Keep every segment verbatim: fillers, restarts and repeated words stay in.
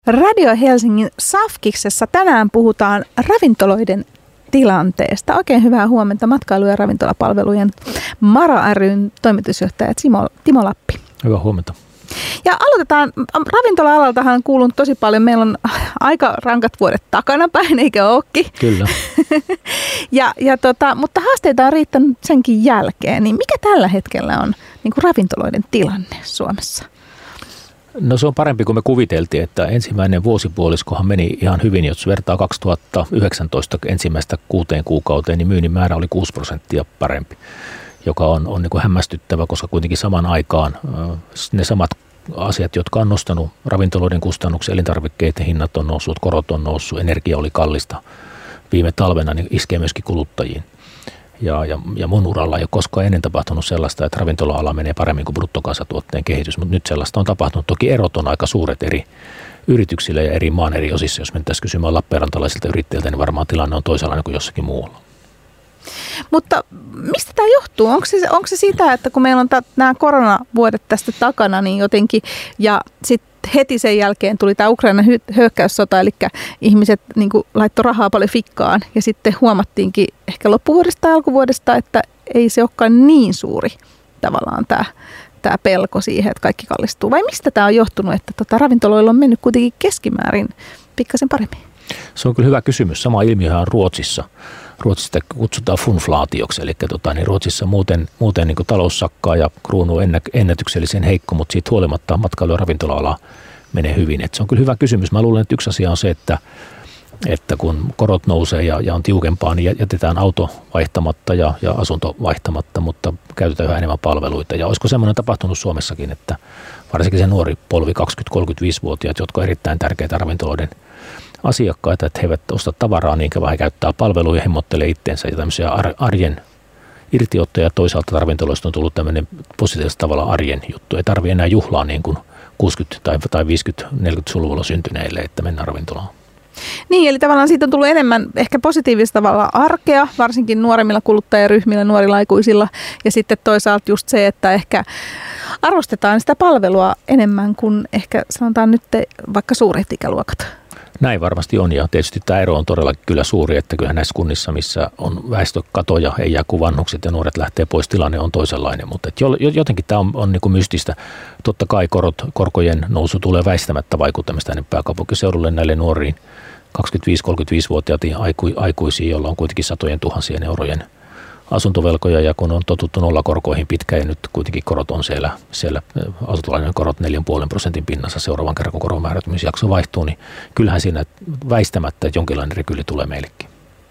Radio Helsingin Safkiksessa tänään puhutaan ravintoloiden tilanteesta. Oikein hyvää huomenta matkailu- ja ravintolapalvelujen Mara ry:n toimitusjohtaja Timo, Timo Lappi. Hyvää huomenta. Ja aloitetaan. Ravintola-alaltahan on kuulunut tosi paljon. Meillä on aika rankat vuodet takanapäin, eikö ookin? Kyllä. ja, ja tota, mutta haasteita on riittänyt senkin jälkeen. Niin mikä tällä hetkellä on niin kuin ravintoloiden tilanne Suomessa? No se on parempi kuin me kuviteltiin, että ensimmäinen vuosipuoliskohan meni ihan hyvin. Jos vertaa kaksituhattayhdeksäntoista ensimmäistä kuuteen kuukauteen, niin myynnin määrä oli kuusi prosenttia parempi, joka on, on niin kuin hämmästyttävä, koska kuitenkin saman aikaan ne samat asiat, jotka on nostanut ravintoloiden kustannuksia, elintarvikkeiden hinnat on noussut, korot on noussut, energia oli kallista viime talvena, niin iskee myöskin kuluttajiin. Ja, ja, ja mun uralla ei ole koskaan ennen tapahtunut sellaista, että ravintola-ala menee paremmin kuin bruttokansantuotteen kehitys, mutta nyt sellaista on tapahtunut. Toki erot on aika suuret eri yrityksillä ja eri maan eri osissa. Jos mentäisiin kysymään lappeenrantalaisilta yrittäjiltä, niin varmaan tilanne on toisenlainen kuin jossakin muualla. Mutta mistä tämä johtuu? Onko se, onko se sitä, että kun meillä on t- nämä koronavuodet tästä takana, niin jotenkin, ja sitten heti sen jälkeen tuli tämä Ukrainan hy- hyökkäyssota, eli ihmiset niin kuin laittoi rahaa paljon fikkaan, ja sitten huomattiinkin ehkä loppuvuodesta ja alkuvuodesta, että ei se olekaan niin suuri tavallaan tämä, tämä pelko siihen, että kaikki kallistuu. Vai mistä tämä on johtunut, että tota, ravintoloilla on mennyt kuitenkin keskimäärin pikkasen paremmin? Se on kyllä hyvä kysymys. Sama ilmiö on Ruotsissa. Ruotsista kutsutaan funflaatioksi, eli tota, niin Ruotsissa muuten, muuten niin kuin talous sakkaa ja kruunuu ennätyksellisen heikko, mutta siitä huolimatta matkailu- ja ravintola-ala menee hyvin. Et se on kyllä hyvä kysymys. Mä luulen, että yksi asia on se, että, että kun korot nousee ja, ja on tiukempaa, niin jätetään auto vaihtamatta ja, ja asunto vaihtamatta, mutta käytetään yhä enemmän palveluita. Ja olisiko semmoinen tapahtunut Suomessakin, että varsinkin se nuori polvi kaksikymmentä-kolmekymmentäviisi-vuotiaat, jotka on erittäin tärkeitä ravintoloiden asiakkaita, että he eivät osta tavaraa, niinkä vaan he käyttää palveluja, hemmottelee itteensä ja tämmöisiä arjen irtiottoja. Toisaalta ravintoloista on tullut tämmöinen positiivisella tavalla arjen juttu. Ei tarvitse enää juhlaa niin kuin kuusikymmentä- tai viisikymmentä-neljäkymmentäluvulla syntyneille, että mennään ravintolaan. Niin, eli tavallaan siitä on tullut enemmän ehkä positiivisella tavalla arkea, varsinkin nuoremmilla kuluttajaryhmillä, nuorilla aikuisilla. Ja sitten toisaalta just se, että ehkä arvostetaan sitä palvelua enemmän kuin ehkä sanotaan nyt vaikka suuret ikäluokat. Näin varmasti on, ja tietysti tämä ero on todella kyllä suuri, että kyllähän näissä kunnissa, missä on väestökatoja, ei jää kuin vanhukset ja nuoret lähtee pois, tilanne on toisenlainen, mutta jotenkin tämä on, on niin kuin mystistä. Totta kai korot, korkojen nousu tulee väistämättä vaikuttamaan tänne pääkaupunkiseudulle näille nuoriin kaksikymmentäviisi-kolmekymmentäviisi-vuotiaat aikuisiin, joilla on kuitenkin satojen tuhansien eurojen asuntovelkoja, ja kun on totuttu nollakorkoihin pitkään ja nyt kuitenkin korot on siellä, siellä asuntolainojen korot neljän pilkku viiden prosentin pinnassa seuraavan kerran, kun koronmääräytymisjakso vaihtuu, niin kyllähän siinä väistämättä, että jonkinlainen rekyli tulee meillekin.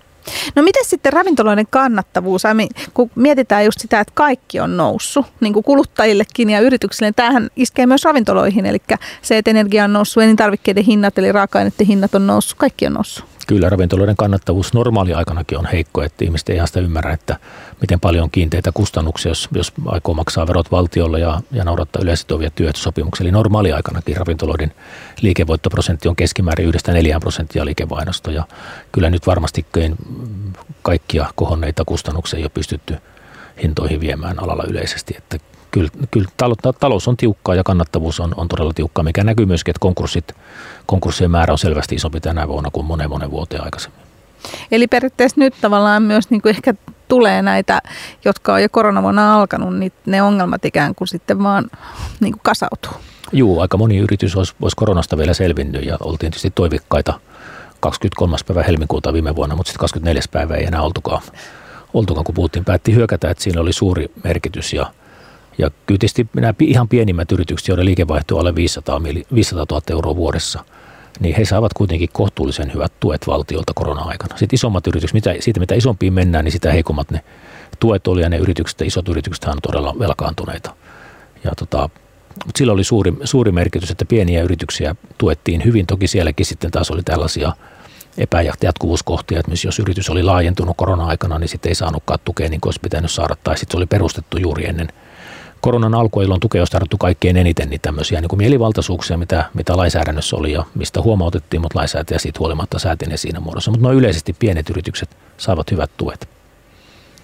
No miten sitten ravintoloiden kannattavuus, kun mietitään just sitä, että kaikki on noussut, niin kuin kuluttajillekin ja yrityksille, niin tämähän iskee myös ravintoloihin, eli se, että energia on noussut, elintarvikkeiden hinnat, eli raaka-aineiden hinnat on noussut, kaikki on noussut. Kyllä, ravintoloiden kannattavuus normaaliaikanakin on heikko, että ihmiset ei ihan sitä ymmärrä, että miten paljon on kiinteitä kustannuksia, jos, jos aikoo maksaa verot valtiolle ja, ja noudattaa yleissitovia työehtosopimuksia. Eli normaaliaikanakin ravintoloiden liikevoittoprosentti on keskimäärin yhdestä neljään prosenttia liikevaihdosta, ja kyllä nyt varmastikin kaikkia kohonneita kustannuksia ei ole pystytty hintoihin viemään alalla yleisesti, että Kyllä, kyllä talous on tiukkaa ja kannattavuus on, on todella tiukkaa, mikä näkyy myöskin, että konkurssit, konkurssien määrä on selvästi isompi tänä vuonna kuin monen monen vuoteen aikaisemmin. Eli periaatteessa nyt tavallaan myös niin kuin ehkä tulee näitä, jotka on jo koronavuonna alkanut, niin ne ongelmat ikään kuin sitten vaan niin kuin kasautuu. Joo, aika moni yritys olisi, olisi koronasta vielä selvinnyt ja oltiin tietysti toivikkaita kahdeskymmeneskolmas päivä helmikuuta viime vuonna, mutta sitten kahdeskymmenesneljäs päivä ei enää oltukaan, oltukaan kun Putin päätti hyökätä, että siinä oli suuri merkitys ja Ja kyllä tietysti nämä ihan pienimmät yritykset, joiden liikevaihto on alle viisisataatuhatta euroa vuodessa, niin he saavat kuitenkin kohtuullisen hyvät tuet valtiolta korona-aikana. Sitten isommat yritykset, mitä, siitä mitä isompiin mennään, niin sitä heikommat ne tuet oli, ja ne yritykset, isot yritykset on todella velkaantuneita. Ja tota, mutta sillä oli suuri, suuri merkitys, että pieniä yrityksiä tuettiin hyvin. Toki sielläkin sitten taas oli tällaisia epäjatkuvuuskohtia, että jos yritys oli laajentunut korona-aikana, niin sitten ei saanutkaan tukea niin kuin olisi pitänyt saada, tai sitten se oli perustettu juuri ennen koronan alkua, jolloin tukea olisi tarvittu kaikkein eniten niin tämmöisiä niin kuin mielivaltaisuuksia, mitä, mitä lainsäädännössä oli ja mistä huomautettiin, mutta lainsäätäjä siitä huolimatta sääti ne siinä muodossa. Mutta noin yleisesti pienet yritykset saavat hyvät tuet.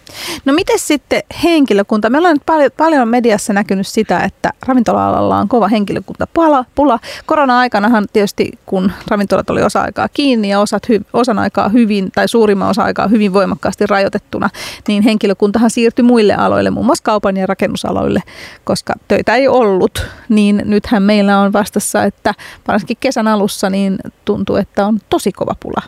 No miten sitten henkilökunta? Meillä on nyt paljon, paljon mediassa näkynyt sitä, että ravintola-alalla on kova henkilökuntapula. Korona-aikanahan tietysti, kun ravintolat oli osa-aikaa kiinni ja osat, osan aikaa hyvin, tai suurimman osa-aikaa hyvin voimakkaasti rajoitettuna, niin henkilökuntahan siirtyi muille aloille, muun muassa kaupan ja rakennusaloille, koska töitä ei ollut. Niin nythän meillä on vastassa, että varsinkin kesän alussa niin tuntuu, että on tosi kova pula.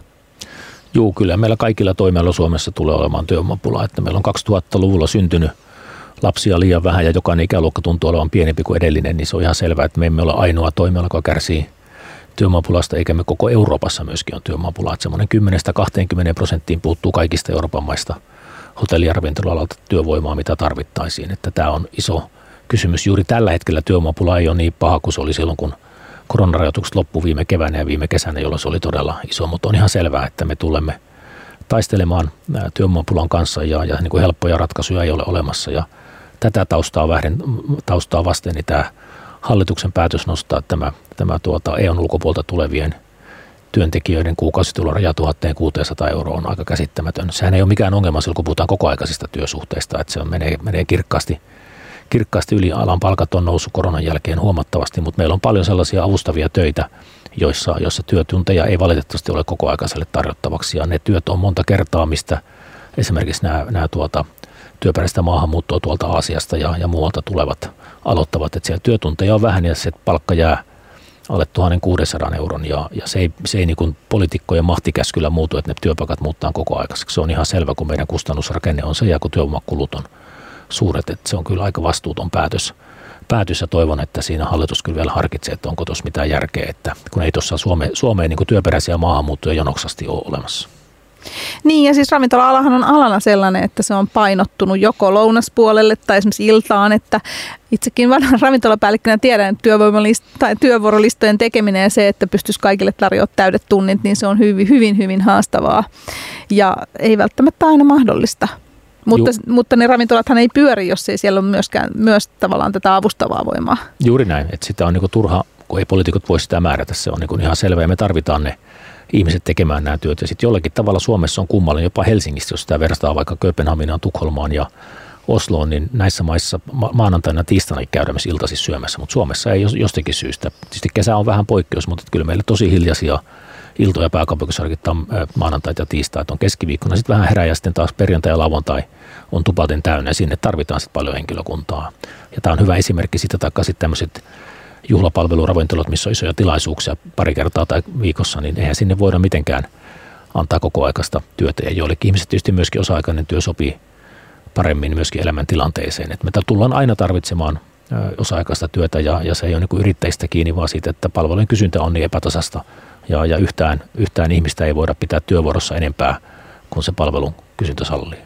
Joo, kyllä meillä kaikilla toimialoilla Suomessa tulee olemaan työvoimapula, että meillä on kaksituhattaluvulla syntynyt lapsia liian vähän ja jokainen ikäluokka tuntuu olevan pienempi kuin edellinen, niin se on ihan selvää, että me emme ole ainoa toimiala, joka kärsii työvoimapulasta, eikä me koko Euroopassa myöskin on työvoimapula, että semmoinen kymmenestä kahteenkymmeneen prosenttiin puuttuu kaikista Euroopan maista hotelli- ja ravintola-alalta työvoimaa, mitä tarvittaisiin, että tämä on iso kysymys. Juuri tällä hetkellä työvoimapula ei ole niin paha kuin se oli silloin, kun koronarajoitukset loppu viime keväänä ja viime kesänä, jolloin se oli todella iso, mutta on ihan selvää, että me tulemme taistelemaan työvoimapulan kanssa ja, ja niin kuin helppoja ratkaisuja ei ole olemassa. Ja tätä taustaa, vähden, taustaa vasten niin tämä hallituksen päätös nostaa tämä, tämä tuota E U:n ulkopuolta tulevien työntekijöiden kuukausituloraja tuhatkuusisataa euroa on aika käsittämätön. Sehän ei ole mikään ongelma silloin, kun puhutaan kokoaikaisista työsuhteista, että se on, menee, menee kirkkaasti Kirkkaasti yli alan palkat on noussut koronan jälkeen huomattavasti, mutta meillä on paljon sellaisia avustavia töitä, joissa, joissa työtunteja ei valitettavasti ole kokoaikaiselle tarjottavaksi. Ja ne työt on monta kertaa, mistä esimerkiksi nämä, nämä tuota, työperäistä maahanmuuttoa tuolta Aasiasta ja, ja muualta tulevat aloittavat. Että siellä työtunteja on vähän ja se palkka jää alle tuhatkuusisataa euron ja, ja se ei, se ei niin kuin poliitikkojen mahtikäskyllä muutu, että ne työpaikat muuttaa kokoaikaiseksi. Se on ihan selvä, kun meidän kustannusrakenne on se ja kun työvoimakulut on suuret, että se on kyllä aika vastuuton päätös. Päätös ja toivon, että siinä hallitus kyllä vielä harkitsee, että onko tuossa mitään järkeä, että kun ei tuossa Suome, Suomeen niin kuin työperäisiä maahanmuuttoja jonoksasti ole olemassa. Niin ja siis ravintola-alahan on alana sellainen, että se on painottunut joko lounaspuolelle tai esimerkiksi iltaan, että itsekin vanhan ravintolapäällikkönä tiedän, että tai työvuorolistojen tekeminen ja se, että pystyisi kaikille tarjoamaan täydet tunnit, niin se on hyvin, hyvin, hyvin haastavaa ja ei välttämättä aina mahdollista. Mutta, mutta ne ravintolathan ei pyöri, jos ei siellä ole myöskään myös tavallaan tätä avustavaa voimaa. Juuri näin, että sitä on niinku turha, kun ei poliitikot voi sitä määrätä, se on niinku ihan selvä ja me tarvitaan ne ihmiset tekemään nämä työt. Ja sitten jollakin tavalla Suomessa on kummallinen, jopa Helsingissä, jos sitä verstaa vaikka Kööpenhaminaan, Tukholmaan ja Osloon, niin näissä maissa ma- maanantaina tiistaina käydään myös iltaisin syömässä, mutta Suomessa ei jostakin syystä. Tietysti kesä on vähän poikkeus, mutta kyllä meillä tosi hiljaisia iltoja pääkaupunkiseudulla maanantaita ja tiistaita on keskiviikkona. Sitten vähän herää ja sitten taas perjantai ja lauantai on tupaten täynnä ja sinne tarvitaan sitten paljon henkilökuntaa. Ja tämä on hyvä esimerkki siitä, taikka sitten tämmöiset juhlapalveluravintolat, missä on isoja tilaisuuksia pari kertaa tai viikossa, niin eihän sinne voida mitenkään antaa kokoaikaista työtä. Ja joillekin ihmiset tietysti myöskin osa-aikainen työ sopii paremmin myöskin elämäntilanteeseen. Et me tullaan aina tarvitsemaan osa-aikaista työtä ja, ja se ei ole niin kuin yrittäjistä kiinni, vaan siitä, että palvelujen kysyntä on niin epätasasta ja, ja yhtään, yhtään ihmistä ei voida pitää työvuorossa enempää kuin se palvelun kysyntä sallii.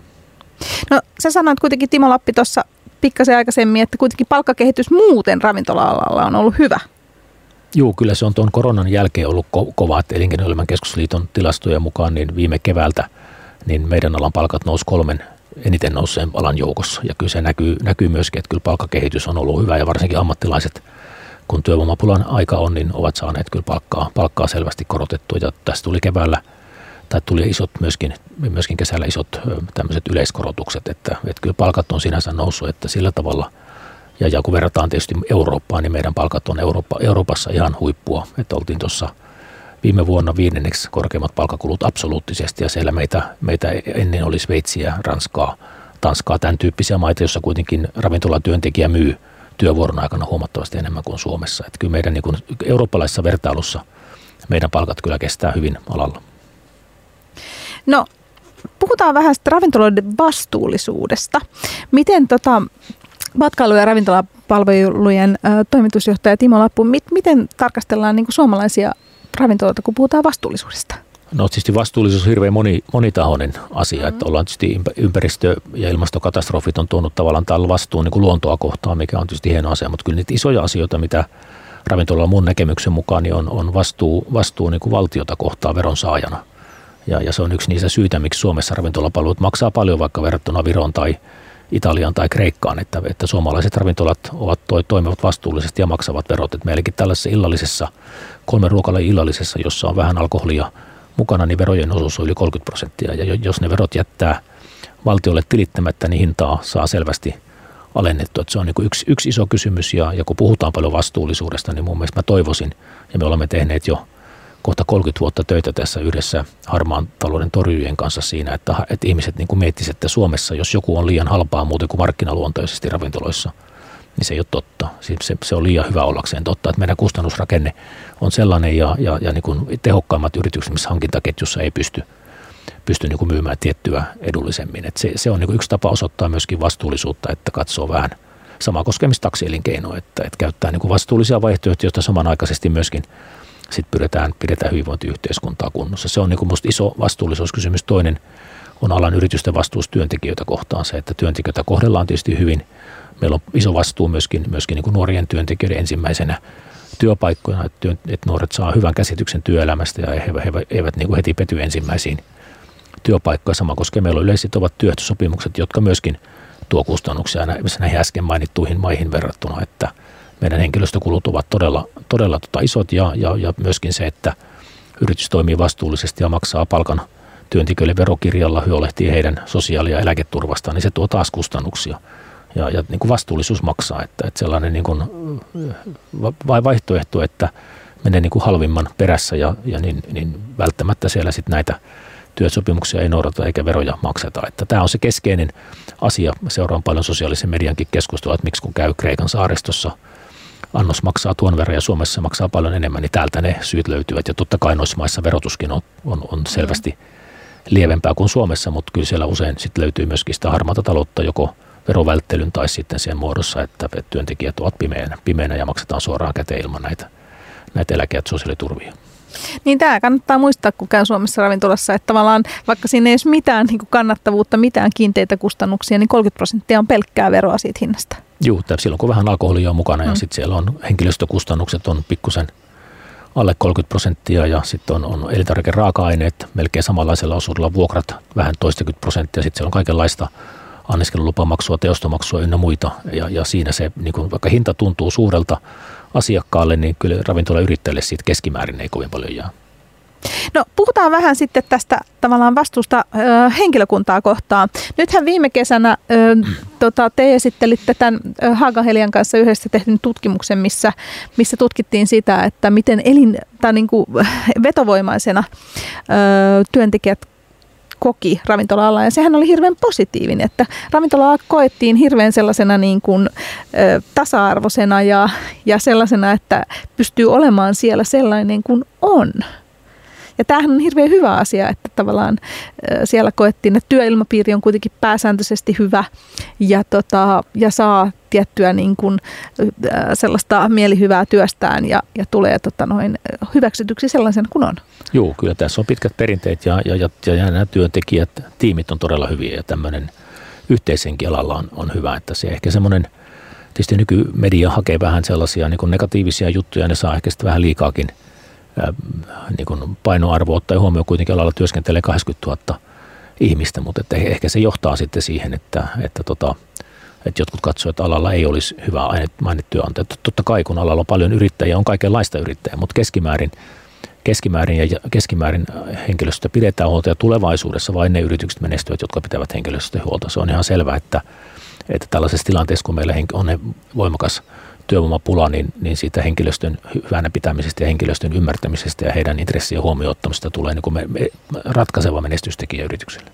No sä sanoit kuitenkin Timo Lappi tuossa pikkasen aikaisemmin, että kuitenkin palkkakehitys muuten ravintola-alalla on ollut hyvä. Joo, kyllä se on tuon koronan jälkeen ollut ko- kova, että Elinkeinoelämän keskusliiton tilastojen mukaan niin viime keväältä niin meidän alan palkat nousi kolmen eniten nousseen alan joukossa. Ja kyllä se näkyy, näkyy myöskin, että kyllä palkkakehitys on ollut hyvä ja varsinkin ammattilaiset, kun työvoimapulan aika on, niin ovat saaneet kyllä palkkaa, palkkaa selvästi korotettua. Ja tässä tuli keväällä, tai tuli isot myöskin, myöskin kesällä isot tämmöiset yleiskorotukset, että, että kyllä palkat on sinänsä noussut, että sillä tavalla. Ja, ja kun verrataan tietysti Eurooppaan, niin meidän palkat on Eurooppa, Euroopassa ihan huippua. Että oltiin tuossa viime vuonna viidenneksi korkeimmat palkkakulut absoluuttisesti ja siellä meitä, meitä ennen oli Sveitsiä, Ranskaa, Tanskaa, tämän tyyppisiä maita, joissa kuitenkin ravintolatyöntekijä myy työvuoron aikana huomattavasti enemmän kuin Suomessa. Että kyllä meidän niin kuin eurooppalaisessa vertailussa meidän palkat kyllä kestää hyvin alalla. No puhutaan vähän sitten ravintoloiden vastuullisuudesta. Miten tota, matkailu- ja ravintolapalvelujen ä, toimitusjohtaja Timo Lappu, mit, miten tarkastellaan niin kuin suomalaisia ravintoloita, kun puhutaan vastuullisuudesta? No tietysti vastuullisuus on hirveän moni, monitahoinen asia, mm-hmm. että ollaan tietysti ympäristö- ja ilmastokatastrofit on tuonut tavallaan tällä vastuun niin kuin luontoa kohtaan, mikä on tietysti hieno asia, mutta kyllä niitä isoja asioita, mitä ravintolalla mun näkemyksen mukaan niin on, on vastuu, vastuu niin kuin valtiota kohtaan veronsaajana. Ja, ja se on yksi niistä syitä, miksi Suomessa ravintolapalvelut maksaa paljon vaikka verrattuna Viroon tai Italiaan tai Kreikkaan, että, että suomalaiset ravintolat ovat toi, toimivat vastuullisesti ja maksavat verot. Et meilläkin tällaisessa illallisessa, kolmen ruokalajin illallisessa, jossa on vähän alkoholia mukana, niin verojen osuus on yli kolmekymmentä prosenttia. Ja jos ne verot jättää valtiolle tilittämättä, niin hintaa saa selvästi alennettu. Että se on niin kuin yksi, yksi iso kysymys ja, ja kun puhutaan paljon vastuullisuudesta, niin mun mielestä mä toivoisin, ja me olemme tehneet jo kohta kolmekymmentä vuotta töitä tässä yhdessä harmaan talouden torjujien kanssa siinä, että, että ihmiset niin kuin miettisivät, että Suomessa, jos joku on liian halpaa muuten kuin markkinaluontoisesti ravintoloissa, niin se ei ole totta. Se, se on liian hyvä ollakseen totta, että meidän kustannusrakenne on sellainen ja, ja, ja niin kuin tehokkaimmat yritykset, missä hankintaketjussa ei pysty, pysty niin kuin myymään tiettyä edullisemmin. Et se, se on niin kuin yksi tapa osoittaa myöskin vastuullisuutta, että katsoo vähän. Sama koskee myös taksielinkeinoa, että, että käyttää niin kuin vastuullisia vaihtoehtoja, joista samanaikaisesti myöskin sit pyritään, pidetään hyvinvointiyhteiskuntaa kunnossa. Se on niin kuin musta iso vastuullisuuskysymys. Toinen on alan yritysten vastuus työntekijöitä kohtaan se, että työntekijöitä kohdellaan tietysti hyvin. Meillä on iso vastuu myöskin, myöskin niin kuin nuorien työntekijöiden ensimmäisenä työpaikkoina, että, työn, että nuoret saa hyvän käsityksen työelämästä ja he, he, he eivät niin kuin heti pety ensimmäisiin työpaikkoja. Sama koskee meillä on yleissitovat työehtosopimukset, jotka myöskin tuo kustannuksia näihin äsken mainittuihin maihin verrattuna, että meidän henkilöstökulut ovat todella, todella tota isot ja, ja, ja myöskin se, että yritys toimii vastuullisesti ja maksaa palkan työntekijöille verokirjalla, huolehtii heidän sosiaali- ja eläketurvastaan, niin se tuo taas kustannuksia. Ja, ja niin kuin vastuullisuus maksaa, että, että sellainen niin kuin vai vaihtoehto, että menee niin kuin halvimman perässä ja, ja niin, niin välttämättä siellä sitten näitä työsopimuksia ei noudata eikä veroja makseta. Että tämä on se keskeinen asia. Seuraan paljon sosiaalisen mediankin keskustelua, että miksi kun käy Kreikan saaristossa, annos maksaa tuon verran ja Suomessa maksaa paljon enemmän, niin täältä ne syyt löytyvät. Ja totta kai noissa maissa verotuskin on, on, on selvästi lievempää kuin Suomessa, mutta kyllä siellä usein sit löytyy myöskin sitä harmaata taloutta joko verovälttelyn tai sitten sen muodossa, että työntekijät ovat pimeänä, pimeänä ja maksetaan suoraan käteen ilman näitä, näitä eläke- ja sosiaaliturvia. Niin tämä kannattaa muistaa, kun käy Suomessa ravintolassa, että tavallaan vaikka siinä ei ole mitään niin kuin kannattavuutta, mitään kiinteitä kustannuksia, niin kolmekymmentä prosenttia on pelkkää veroa siitä hinnasta. Joo, silloin kun vähän alkoholia on mukana mm. ja sitten siellä on henkilöstökustannukset on pikkusen alle kolmekymmentä prosenttia ja sitten on, on elintarvikeraaka-aineet melkein samanlaisella osuudella, vuokrat vähän toistakymmentä prosenttia, sitten siellä on kaikenlaista anniskelulupamaksua, teostomaksua ynnä muita ja, ja siinä se, niin kun vaikka hinta tuntuu suurelta asiakkaalle, niin kyllä ravintolayrittäjälle siitä keskimäärin ei kovin paljon jää. No puhutaan vähän sitten tästä tavallaan vastuusta ö, henkilökuntaa kohtaan. Nythän viime kesänä ö, tota, te esittelitte tämän ö, Haaga-Helian kanssa yhdessä tehdyn tutkimuksen, missä, missä tutkittiin sitä, että miten elin, tai niin kuin vetovoimaisena ö, työntekijät koki ravintola-alaa, ja sehän oli hirveän positiivinen, että ravintola koettiin hirveän sellaisena niin kuin, ö, tasa-arvoisena ja, ja sellaisena, että pystyy olemaan siellä sellainen kuin on. Ja tämähän on hirveän hyvä asia, että tavallaan ö, siellä koettiin, että työilmapiiri on kuitenkin pääsääntöisesti hyvä ja, tota, ja saa tiettyä niin kuin, ö, sellaista mielihyvää työstään ja, ja tulee tota, noin, hyväksytyksi sellaisen kuin on. Joo, kyllä tässä on pitkät perinteet ja, ja, ja, ja nämä työntekijät, tiimit on todella hyviä ja tämmöinen yhteishenki alalla on, on hyvä, että se ehkä semmoinen, tietysti nykymedia hakee vähän sellaisia niin kuin negatiivisia juttuja, ne saa ehkä sitten vähän liikaakin ää, niin kuin painoarvoa, ottaen huomioon kuitenkin alalla työskentelee kahdeksankymmentätuhatta ihmistä, mutta että ehkä se johtaa sitten siihen, että, että, tota, että jotkut katsoo, että alalla ei olisi hyvä mainittyönantaja. Totta kai kun alalla on paljon yrittäjiä, on kaikenlaista yrittäjää, mutta keskimäärin Keskimäärin ja keskimäärin henkilöstöstä pidetään huolta ja tulevaisuudessa vain ne yritykset menestyvät, jotka pitävät henkilöstöstä huolta. Se on ihan selvää, että, että tällaisessa tilanteessa, kun meillä on voimakas työvoimapula, niin, niin siitä henkilöstön hyvänä pitämisestä ja henkilöstön ymmärtämisestä ja heidän intressien huomioon ottamisesta tulee niin kuin me, me, ratkaiseva menestystekijä yritykselle.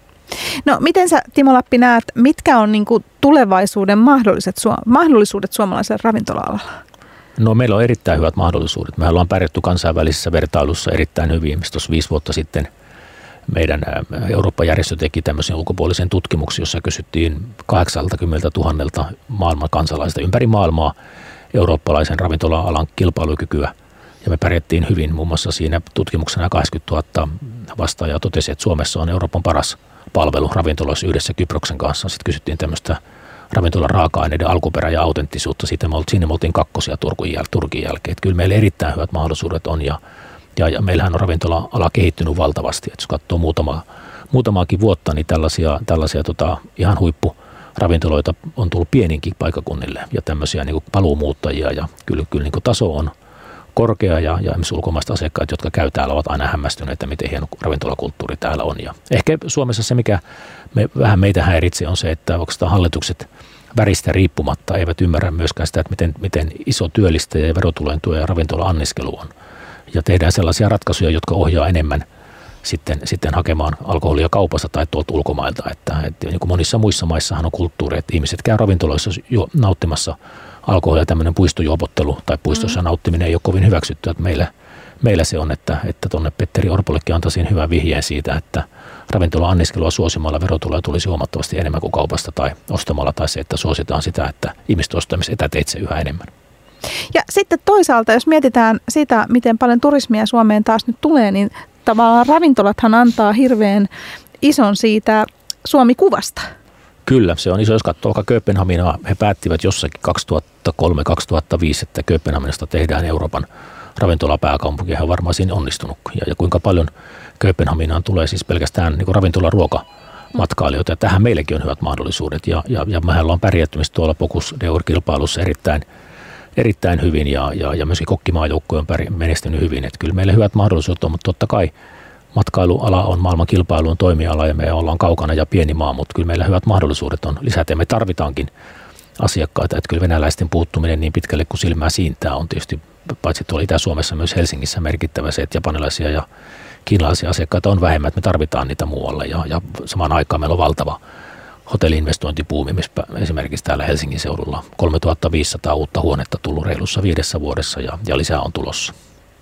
No miten sä, Timo Lappi, näet, mitkä on niin kuin tulevaisuuden mahdolliset, mahdollisuudet suomalaisella ravintola-alalla? No meillä on erittäin hyvät mahdollisuudet. Me ollaan pärjätty kansainvälisessä vertailussa erittäin hyvin. Tuossa viisi vuotta sitten meidän Eurooppa-järjestö teki tämmöisen ulkopuolisen tutkimuksen, jossa kysyttiin kahdeksankymmentätuhatta maailman kansalaista ympäri maailmaa eurooppalaisen ravintola-alan kilpailukykyä. Ja me pärjättiin hyvin. Muun muassa siinä tutkimuksena kahdeksankymmentätuhatta vastaajaa totesi, että Suomessa on Euroopan paras palvelu ravintoloissa yhdessä Kyproksen kanssa. Sitten kysyttiin tämmöistä ravintolan raaka-aineiden alkuperä ja autenttisuutta. Siitä me, siinä me oltiin kakkosia Turkin, jäl, Turkin jälkeen. Että kyllä meillä erittäin hyvät mahdollisuudet on ja, ja, ja meillähän on ravintola-ala kehittynyt valtavasti. Et jos katsoo muutama, muutamaakin vuotta, niin tällaisia, tällaisia tota, ihan huippuravintoloita on tullut pieninkin paikakunnille ja tämmöisiä niin kuin paluumuuttajia. Ja kyllä, kyllä niin kuin taso on, korkea ja, ja esimerkiksi ulkomaiset asiakkaat, jotka käy täällä, ovat aina hämmästyneitä, miten hieno ravintolakulttuuri täällä on. Ja ehkä Suomessa se, mikä me, vähän meitä häiritsee, on se, että oikeastaan hallitukset väristä riippumatta eivät ymmärrä myöskään sitä, että miten, miten iso työllistäjä ja verotulojen tuo ja ravintola-anniskelu on. Ja tehdään sellaisia ratkaisuja, jotka ohjaa enemmän sitten, sitten hakemaan alkoholia kaupasta tai tuolta ulkomailta. Että, että niin kuin monissa muissa maissahan on kulttuuri, että ihmiset käy ravintoloissa jo nauttimassa alkoholia, tämmöinen puistojuopottelu tai puistossa mm. nauttiminen ei ole kovin hyväksyttyä. Että meillä, meillä se on, että, että tuonne Petteri Orpollekin antaisin hyvän vihjeen siitä, että ravintola-anniskelua suosimalla verotuloja tulisi huomattavasti enemmän kuin kaupasta tai ostamalla, tai se, että suositaan sitä, että ihmiset ostavat etäteitse yhä enemmän. Ja sitten toisaalta, jos mietitään sitä, miten paljon turismia Suomeen taas nyt tulee, niin tavallaan ravintolathan antaa hirveän ison siitä Suomi-kuvasta. Kyllä, se on iso. Jos katsoo vaikka Kööpenhaminaa, he päättivät jossakin kaksituhattakolme kaksituhattaviisi, että Kööpenhaminasta tehdään Euroopan ravintolapääkaupunki. He on varmaan siinä onnistunut. Ja, ja kuinka paljon Kööpenhaminaan tulee siis pelkästään niin kuin ravintola-ruokamatkailijoita. Ja tähän meillekin on hyvät mahdollisuudet. Ja, ja, ja mehän ollaan pärjätty tuolla Pocus d'Or-kilpailussa erittäin erittäin hyvin ja, ja, ja myöskin kokkimaajoukkoja on menestynyt hyvin. Että kyllä meillä hyvät mahdollisuudet on, mutta totta kai matkailuala on maailman kilpailun toimiala ja me ollaan kaukana ja pieni maa, mutta kyllä meillä hyvät mahdollisuudet on lisätä ja me tarvitaankin asiakkaita. Että kyllä venäläisten puuttuminen niin pitkälle kuin silmää siintää on tietysti, paitsi tuolla Itä-Suomessa myös Helsingissä merkittävä se, että japanilaisia ja kiinalaisia asiakkaita on vähemmän, että me tarvitaan niitä muualle ja, ja samaan aikaan meillä on valtava hotelli-investointipuumi, esimerkiksi täällä Helsingin seudulla kolmetuhattaviisisataa uutta huonetta tullut reilussa viidessä vuodessa ja, ja lisää on tulossa.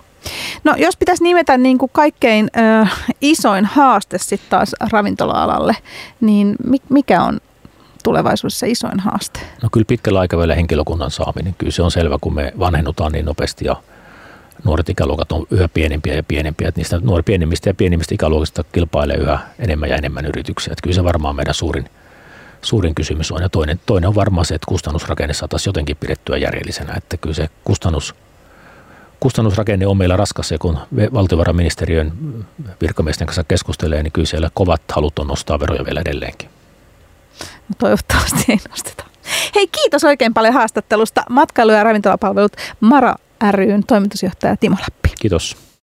No jos pitäisi nimetä niin kuin kaikkein ö, isoin haaste sitten taas ravintola-alalle, niin mikä on tulevaisuudessa isoin haaste? No kyllä pitkällä aikavälillä henkilökunnan saaminen. Kyllä se on selvä, kun me vanhennutaan niin nopeasti ja nuoret ikäluokat on yhä pienempiä ja pienempiä. Että niistä nuori pienemmistä ja pienimmistä ikäluokista kilpailee yhä enemmän ja enemmän yrityksiä. Että kyllä se varmaan meidän suurin Suurin kysymys on, ja toinen, toinen on varmaan se, että kustannusrakenne saataisiin jotenkin pidettyä järjellisenä, että kyllä se kustannus, kustannusrakenne on meillä raskas, ja kun valtiovarainministeriön virkamiesten kanssa keskustelee, niin kyllä siellä kovat halut on nostaa veroja vielä edelleenkin. No toivottavasti ei nosteta. Hei, kiitos oikein paljon haastattelusta. Matkailu- ja ravintolapalvelut Mara ry:n toimitusjohtaja Timo Lappi. Kiitos.